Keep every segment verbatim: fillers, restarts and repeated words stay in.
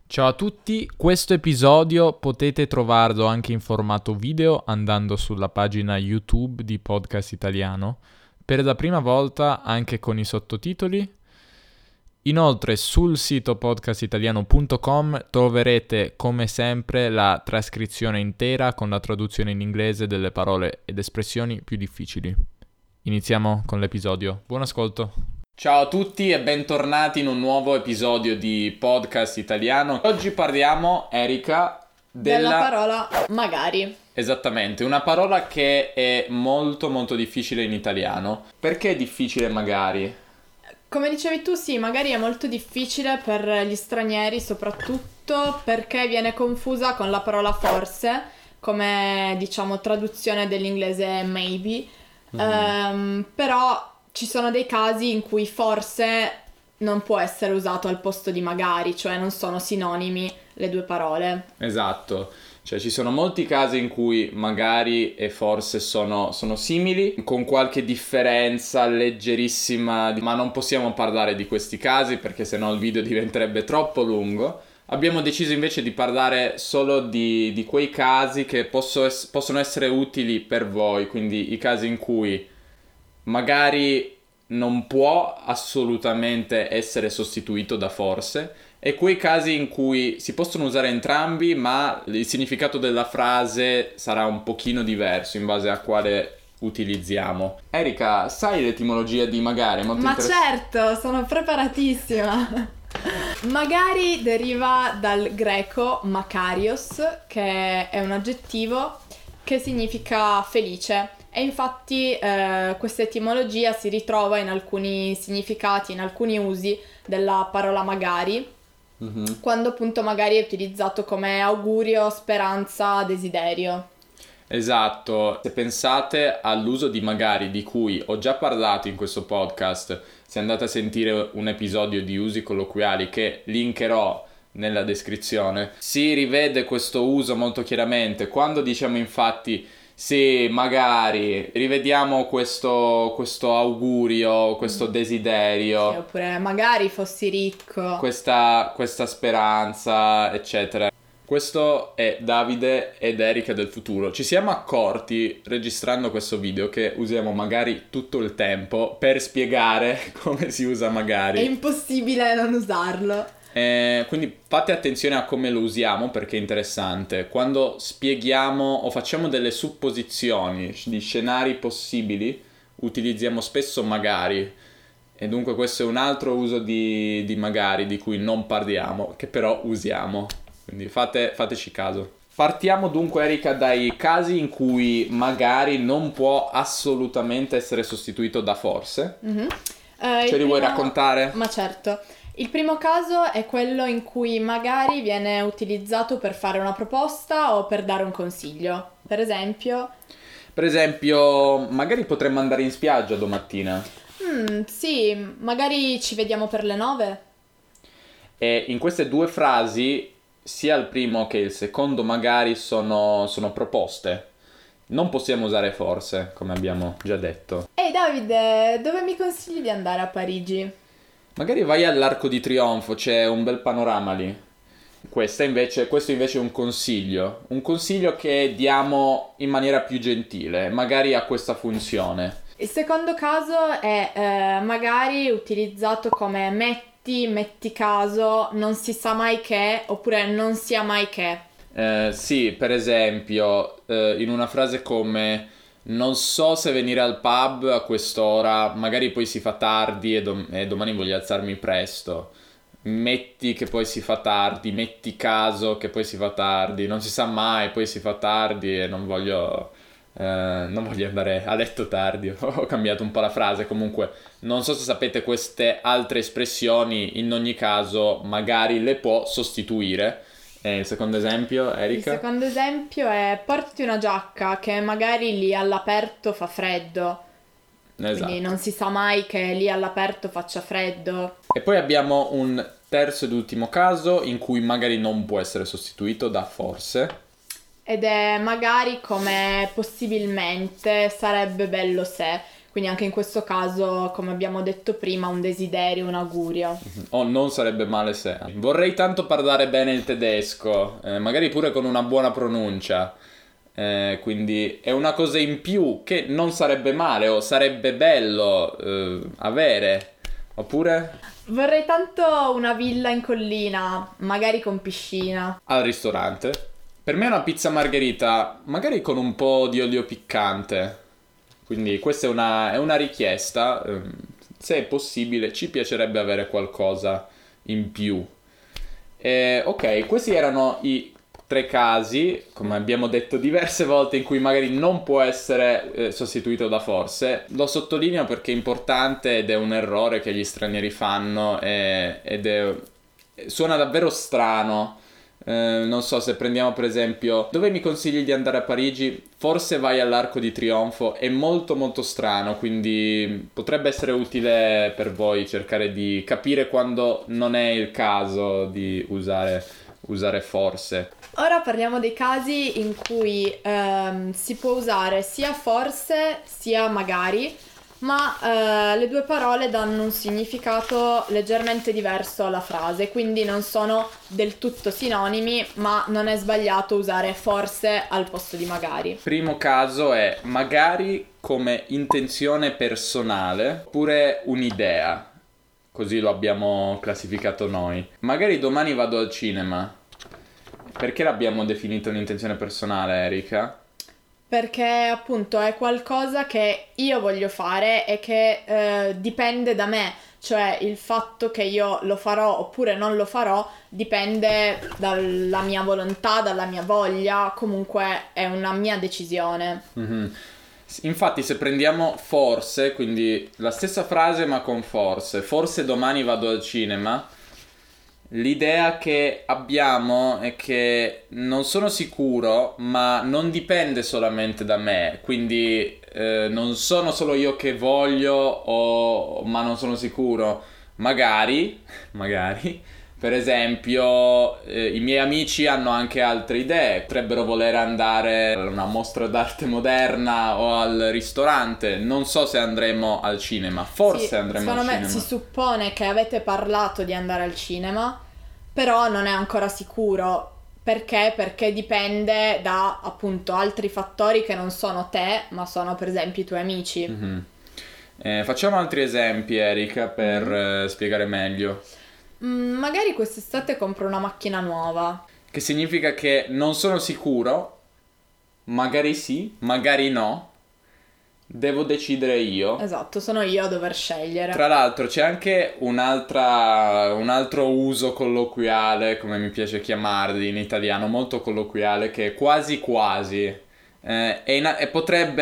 Ciao a tutti, questo episodio potete trovarlo anche in formato video andando sulla pagina YouTube di Podcast Italiano, per la prima volta anche con i sottotitoli. Inoltre sul sito podcast italiano punto com troverete come sempre la trascrizione intera con la traduzione in inglese delle parole ed espressioni più difficili. Iniziamo con l'episodio. Buon ascolto! Ciao a tutti e bentornati in un nuovo episodio di Podcast Italiano. Oggi parliamo, Erika, della... della parola magari. Esattamente, una parola che è molto molto difficile in italiano. Perché è difficile magari? Come dicevi tu, sì, magari è molto difficile per gli stranieri, soprattutto perché viene confusa con la parola forse, come diciamo traduzione dell'inglese maybe. Mm-hmm. Um, però ci sono dei casi in cui forse non può essere usato al posto di magari, cioè non sono sinonimi le due parole. Esatto, cioè ci sono molti casi in cui magari e forse sono, sono simili, con qualche differenza leggerissima, ma non possiamo parlare di questi casi perché sennò il video diventerebbe troppo lungo. Abbiamo deciso invece di parlare solo di, di quei casi che posso es- possono essere utili per voi, quindi i casi in cui magari non può assolutamente essere sostituito da forse, e quei casi in cui si possono usare entrambi ma il significato della frase sarà un pochino diverso in base a quale utilizziamo. Erika, sai l'etimologia di magari? Molto Ma interess- certo, sono preparatissima! Magari deriva dal greco makarios, che è un aggettivo che significa felice. E infatti eh, questa etimologia si ritrova in alcuni significati, in alcuni usi della parola magari, mm-hmm. quando appunto magari è utilizzato come augurio, speranza, desiderio. Esatto, se pensate all'uso di magari di cui ho già parlato in questo podcast, se andate a sentire un episodio di usi colloquiali che linkerò nella descrizione, si rivede questo uso molto chiaramente quando diciamo infatti sì, magari rivediamo questo, questo augurio, questo desiderio. Sì, oppure magari fossi ricco. Questa, questa speranza, eccetera. Questo è Davide ed Erika del futuro. Ci siamo accorti, registrando questo video, che usiamo magari tutto il tempo per spiegare come si usa magari. È impossibile non usarlo. Eh, quindi fate attenzione a come lo usiamo perché è interessante. Quando spieghiamo o facciamo delle supposizioni di scenari possibili, utilizziamo spesso magari, e dunque questo è un altro uso di, di magari di cui non parliamo, che però usiamo. Quindi fate, fateci caso. Partiamo dunque, Erika, dai casi in cui magari non può assolutamente essere sostituito da forse. Mm-hmm. Uh, Ce li primo... vuoi raccontare? Ma certo. Il primo caso è quello in cui magari viene utilizzato per fare una proposta o per dare un consiglio. Per esempio... Per esempio, magari potremmo andare in spiaggia domattina. Mm, sì, magari ci vediamo per le nove. E in queste due frasi, sia il primo che il secondo magari sono, sono proposte. Non possiamo usare forse, come abbiamo già detto. Ehi Davide, dove mi consigli di andare a Parigi? Magari vai all'Arco di Trionfo, c'è un bel panorama lì. Questa invece, questo invece è un consiglio. Un consiglio che diamo in maniera più gentile, magari ha questa funzione. Il secondo caso è eh, magari utilizzato come metti, metti caso, non si sa mai che, oppure non sia mai che. Eh, sì, per esempio, eh, in una frase come... Non so se venire al pub a quest'ora, magari poi si fa tardi e, dom- e domani voglio alzarmi presto. Metti che poi si fa tardi, metti caso che poi si fa tardi, non si sa mai, poi si fa tardi e non voglio, eh, non voglio andare a letto tardi. Ho cambiato un po' la frase, comunque non so se sapete queste altre espressioni, in ogni caso magari le può sostituire. E il secondo esempio, Erika? Il secondo esempio è portati una giacca che magari lì all'aperto fa freddo. Esatto. Quindi non si sa mai che lì all'aperto faccia freddo. E poi abbiamo un terzo ed ultimo caso in cui magari non può essere sostituito da forse. Ed è magari come possibilmente sarebbe bello se. quindi anche in questo caso, come abbiamo detto prima, un desiderio, un augurio. O non sarebbe male se. Vorrei tanto parlare bene il tedesco, eh, magari pure con una buona pronuncia. Eh, quindi è una cosa in più che non sarebbe male o sarebbe bello eh, avere. Oppure Vorrei tanto una villa in collina, magari con piscina. al ristorante. Per me è una pizza margherita, magari con un po' di olio piccante. Quindi questa è una, è una richiesta. ehm, Se è possibile, ci piacerebbe avere qualcosa in più. Eh, ok, questi erano i tre casi, come abbiamo detto diverse volte, in cui magari non può essere eh, sostituito da forse. Lo sottolineo perché è importante ed è un errore che gli stranieri fanno e- ed è suona davvero strano. Eh, non so, se prendiamo per esempio, dove mi consigli di andare a Parigi? Forse vai all'Arco di Trionfo. È molto molto strano, quindi potrebbe essere utile per voi cercare di capire quando non è il caso di usare, usare forse. Ora parliamo dei casi in cui ehm, si può usare sia forse sia magari, ma eh, le due parole danno un significato leggermente diverso alla frase, quindi non sono del tutto sinonimi, ma non è sbagliato usare forse al posto di magari. Primo caso è magari come intenzione personale oppure un'idea, così lo abbiamo classificato noi. Magari domani vado al cinema. Perché l'abbiamo definito un'intenzione personale, Erika? Perché appunto è qualcosa che io voglio fare e che eh, dipende da me, cioè il fatto che io lo farò oppure non lo farò dipende dalla mia volontà, dalla mia voglia, comunque è una mia decisione. Mhm. Infatti se prendiamo forse, quindi la stessa frase ma con forse, forse domani vado al cinema, l'idea che abbiamo è che non sono sicuro, ma non dipende solamente da me, quindi eh, non sono solo io che voglio o ma non sono sicuro. Magari, magari, per esempio, eh, i miei amici hanno anche altre idee, potrebbero voler andare a una mostra d'arte moderna o al ristorante, non so se andremo al cinema, forse Sì, andremo al secondo me cinema. si suppone che avete parlato di andare al cinema, però non è ancora sicuro. Perché? Perché dipende da appunto altri fattori che non sono te, ma sono per esempio i tuoi amici. Mhm. Eh, facciamo altri esempi, Erika, per eh, spiegare meglio. Mm, magari quest'estate compro una macchina nuova. Che significa che non sono sicuro, magari sì, magari no, devo decidere io. Esatto, sono io a dover scegliere. Tra l'altro c'è anche un'altra, un altro uso colloquiale, come mi piace chiamarli in italiano, molto colloquiale, che è quasi quasi. Eh, e, in- e potrebbe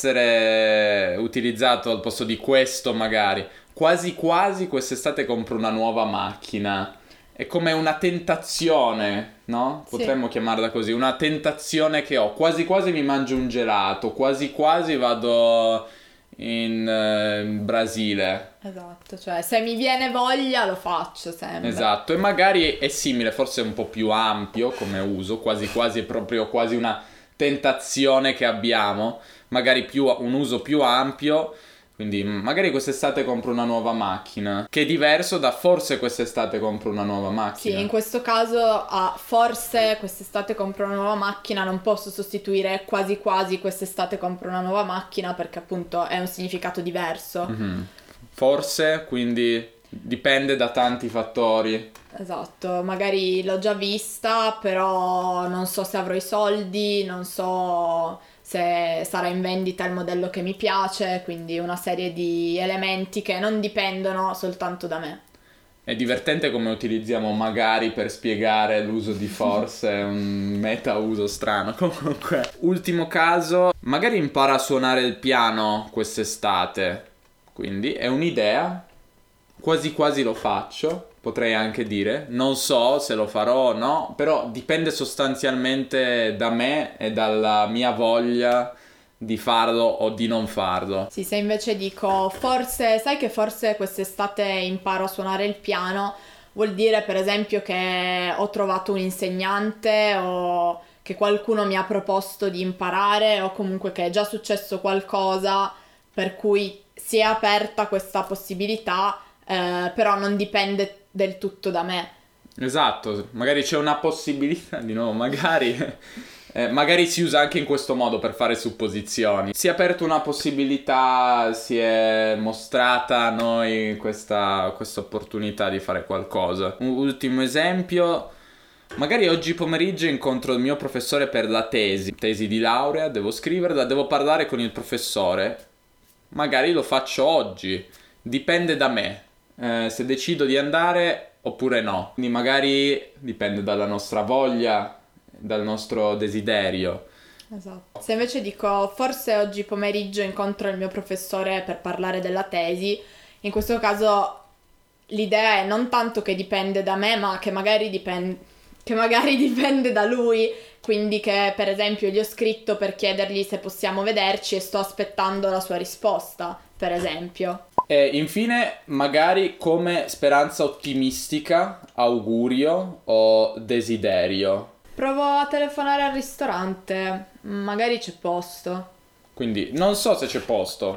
essere utilizzato al posto di questo magari. Quasi quasi quest'estate compro una nuova macchina. È come una tentazione, no? Sì. Potremmo chiamarla così, una tentazione che ho. Quasi quasi mi mangio un gelato, quasi quasi vado in, eh, in Brasile. Esatto, cioè se mi viene voglia lo faccio sempre. Esatto, e magari è simile, forse un po' più ampio come uso, quasi quasi è proprio quasi una tentazione che abbiamo, magari più, un uso più ampio. Quindi magari quest'estate compro una nuova macchina, che è diverso da forse quest'estate compro una nuova macchina. Sì, in questo caso a forse quest'estate compro una nuova macchina, non posso sostituire quasi quasi quest'estate compro una nuova macchina perché appunto è un significato diverso. Mhm. Forse, quindi dipende da tanti fattori. Esatto, magari l'ho già vista, però non so se avrò i soldi, non so se sarà in vendita il modello che mi piace, quindi una serie di elementi che non dipendono soltanto da me. È divertente come utilizziamo magari per spiegare l'uso di forse, è un meta uso strano. Comunque, ultimo caso, magari impara a suonare il piano quest'estate, quindi è un'idea, quasi quasi lo faccio, potrei anche dire, non so se lo farò o no, però dipende sostanzialmente da me e dalla mia voglia di farlo o di non farlo. Sì, se invece dico forse, sai che forse quest'estate imparo a suonare il piano, vuol dire per esempio che ho trovato un insegnante o che qualcuno mi ha proposto di imparare o comunque che è già successo qualcosa per cui si è aperta questa possibilità, eh, però non dipende del tutto da me. Esatto, magari c'è una possibilità, di nuovo, magari... Eh, magari si usa anche in questo modo per fare supposizioni. Si è aperta una possibilità, si è mostrata a noi questa, questa opportunità di fare qualcosa. Un ultimo esempio, magari oggi pomeriggio incontro il mio professore per la tesi, tesi di laurea, devo scriverla, devo parlare con il professore. Magari lo faccio oggi, dipende da me, eh, se decido di andare oppure no. Quindi magari dipende dalla nostra voglia, dal nostro desiderio. Esatto. Se invece dico forse oggi pomeriggio incontro il mio professore per parlare della tesi, in questo caso l'idea è non tanto che dipende da me, ma che magari dipende che magari dipende da lui, quindi che per esempio gli ho scritto per chiedergli se possiamo vederci e sto aspettando la sua risposta, per esempio. E infine, magari come speranza ottimistica, augurio o desiderio. Provo a telefonare al ristorante, magari c'è posto. Quindi non so se c'è posto,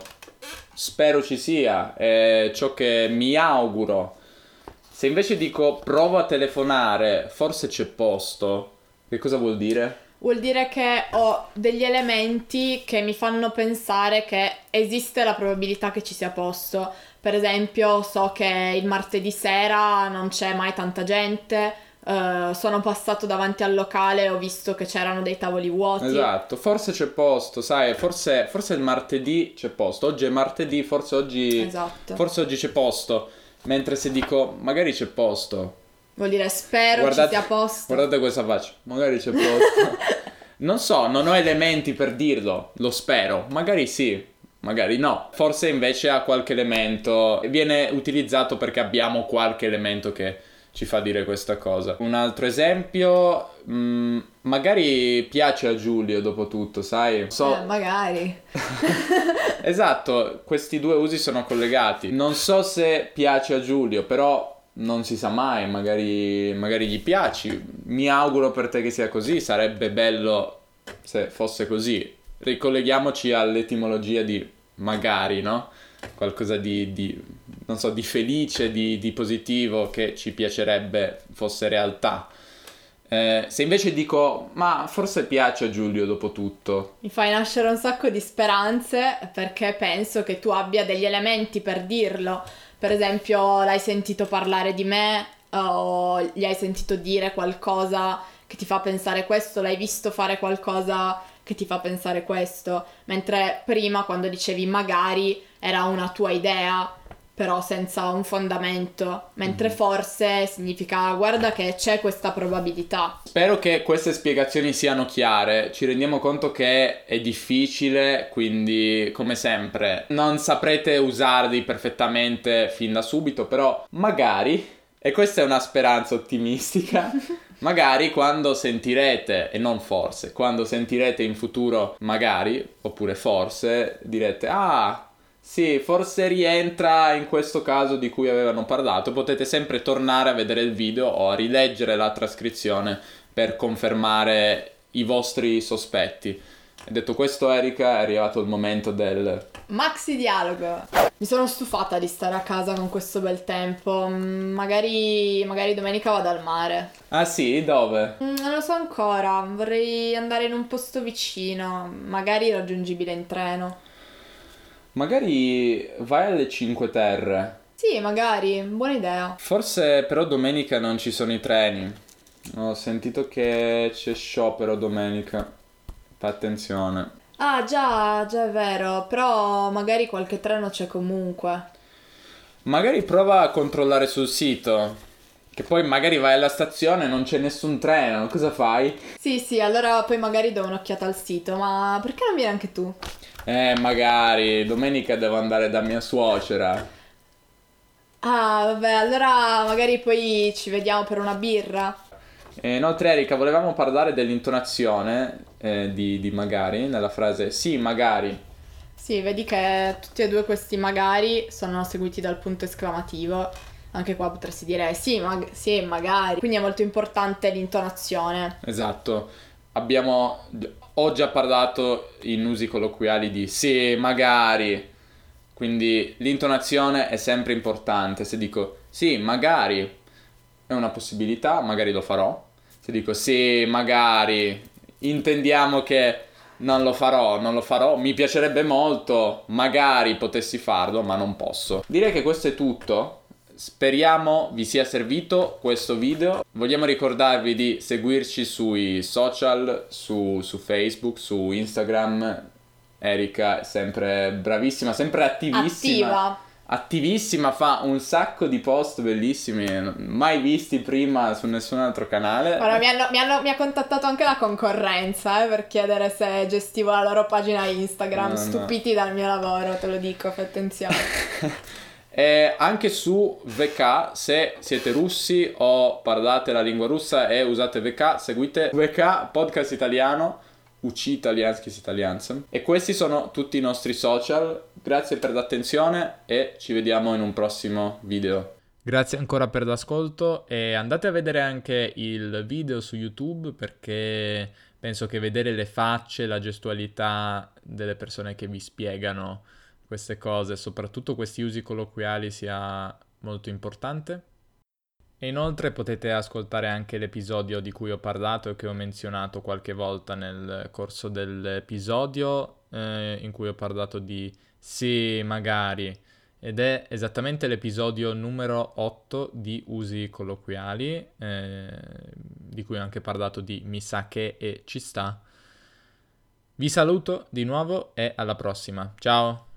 spero ci sia, è ciò che mi auguro. Se invece dico provo a telefonare, forse c'è posto, che cosa vuol dire? Vuol dire che ho degli elementi che mi fanno pensare che esiste la probabilità che ci sia posto. Per esempio, so che il martedì sera non c'è mai tanta gente. Uh, sono passato davanti al locale e ho visto che c'erano dei tavoli vuoti. Esatto, forse c'è posto, sai, forse, forse il martedì c'è posto. Oggi è martedì, forse oggi, esatto. Forse oggi c'è posto. Mentre se dico magari c'è posto, vuol dire spero guardate, ci sia posto. Guardate questa faccia, magari c'è posto. Non so, non ho elementi per dirlo, lo spero, magari sì, magari no. Forse invece ha qualche elemento, viene utilizzato perché abbiamo qualche elemento che ci fa dire questa cosa. Un altro esempio, mh, magari piace a Giulio dopo tutto, sai? So... Eh, magari. Esatto, questi due usi sono collegati. Non so se piace a Giulio, però non si sa mai, magari, magari gli piaci. Mi auguro per te che sia così, sarebbe bello se fosse così. Ricolleghiamoci all'etimologia di magari, no? Qualcosa di, di non so, di felice, di, di positivo che ci piacerebbe fosse realtà. Eh, se invece dico, ma forse piace a Giulio dopo tutto. Mi fai nascere un sacco di speranze perché penso che tu abbia degli elementi per dirlo. Per esempio, l'hai sentito parlare di me o gli hai sentito dire qualcosa che ti fa pensare questo, l'hai visto fare qualcosa che ti fa pensare questo. Mentre prima, quando dicevi magari, era una tua idea, però senza un fondamento, mentre mm-hmm. forse significa guarda che c'è questa probabilità. Spero che queste spiegazioni siano chiare, ci rendiamo conto che è difficile, quindi come sempre non saprete usarli perfettamente fin da subito, però magari, e questa è una speranza ottimistica, magari quando sentirete, e non forse, quando sentirete in futuro magari, oppure forse, direte ah... sì, forse rientra in questo caso di cui avevano parlato. Potete sempre tornare a vedere il video o a rileggere la trascrizione per confermare i vostri sospetti. E detto questo, Erika, è arrivato il momento del maxi dialogo. Mi sono stufata di stare a casa con questo bel tempo. Magari, magari domenica vado al mare. Ah sì? Dove? Non lo so ancora. Vorrei andare in un posto vicino, magari raggiungibile in treno. Magari vai alle Cinque Terre. Sì, magari, buona idea. Forse però domenica non ci sono i treni. Ho sentito che c'è sciopero domenica. Fa attenzione. Ah già, già è vero, però magari qualche treno c'è comunque. Magari prova a controllare sul sito. Che poi magari vai alla stazione e non c'è nessun treno, cosa fai? Sì, sì, allora poi magari do un'occhiata al sito, ma perché non vieni anche tu? Eh, magari, domenica devo andare da mia suocera. Ah, vabbè, allora magari poi ci vediamo per una birra. E inoltre, Erika, volevamo parlare dell'intonazione eh, di, di magari, nella frase sì, magari. Sì, vedi che tutti e due questi magari sono seguiti dal punto esclamativo. Anche qua potresti dire sì, mag- sì, magari. Quindi è molto importante l'intonazione. Esatto. Abbiamo... Ho già parlato in usi colloquiali di sì, magari. Quindi l'intonazione è sempre importante. Se dico sì, magari è una possibilità, magari lo farò. Se dico sì, magari intendiamo che non lo farò, non lo farò, mi piacerebbe molto, magari potessi farlo, ma non posso. Direi che questo è tutto. Speriamo vi sia servito questo video. Vogliamo ricordarvi di seguirci sui social, su, su Facebook, su Instagram. Erika è sempre bravissima, sempre attivissima. Attiva. Attivissima, fa un sacco di post bellissimi, mai visti prima su nessun altro canale. Ora, mi, hanno, mi, hanno, mi ha contattato anche la concorrenza eh, per chiedere se gestivo la loro pagina Instagram, No, no. stupiti dal mio lavoro, te lo dico, fai attenzione. E anche su V K, se siete russi o parlate la lingua russa e usate V K, seguite V K Podcast Italiano, U C Italianski Italiansen. E questi sono tutti i nostri social. Grazie per l'attenzione e ci vediamo in un prossimo video. Grazie ancora per l'ascolto e andate a vedere anche il video su YouTube, perché penso che vedere le facce, la gestualità delle persone che vi spiegano queste cose, soprattutto questi usi colloquiali, sia molto importante. E inoltre potete ascoltare anche l'episodio di cui ho parlato e che ho menzionato qualche volta nel corso dell'episodio, eh, in cui ho parlato di sì, magari, ed è esattamente l'episodio numero otto di usi colloquiali, eh, di cui ho anche parlato di mi sa che e ci sta. Vi saluto di nuovo e alla prossima. Ciao!